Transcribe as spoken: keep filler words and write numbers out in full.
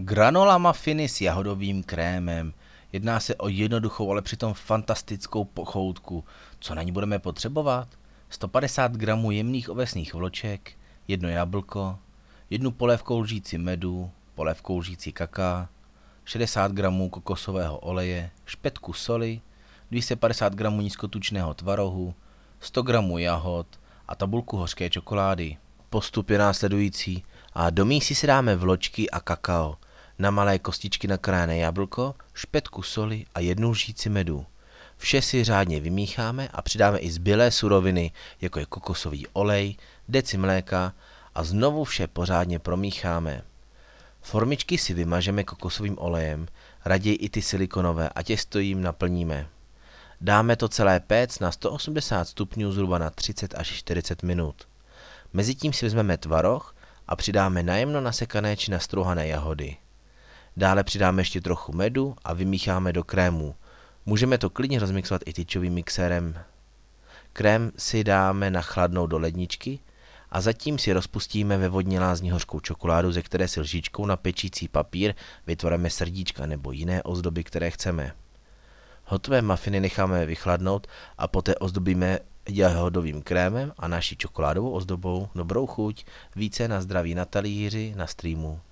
Granola muffiny s jahodovým krémem. Jedná se o jednoduchou, ale přitom fantastickou pochoutku. Co na ní budeme potřebovat? sto padesát gramů jemných ovesných vloček, jedno jablko, jednu polévkou lžíci medu, polévkou lžíci kakaa, šedesát gramů kokosového oleje, špetku soli, dvě stě padesát gramů nízkotučného tvarohu, sto gramů jahod a tabulku hořké čokolády. Postup je následující. A do mísy si dáme vločky a kakao, na malé kostičky nakrájené jablko, špetku soli a jednu lžíci medu. Vše si řádně vymícháme a přidáme i zbylé suroviny, jako je kokosový olej, deci mléka a znovu vše pořádně promícháme. Formičky si vymažeme kokosovým olejem, raději i ty silikonové a těsto jim naplníme. Dáme to celé péct na sto osmdesát stupňů zhruba na třicet až čtyřicet minut. Mezitím si vezmeme tvaroh a přidáme najemno nasekané či nastrouhané jahody. Dále přidáme ještě trochu medu a vymícháme do krému. Můžeme to klidně rozmixovat i tyčovým mixérem. Krém si dáme na chladnou do ledničky a zatím si rozpustíme ve vodní lázni hořkou čokoládu, ze které si lžičkou na pečící papír vytvoříme srdíčka nebo jiné ozdoby, které chceme. Hotové mafiny necháme vychladnout a poté ozdobíme jahodovým krémem a naší čokoládovou ozdobou. Dobrou chuť, více na zdraví na talíři, na streamu.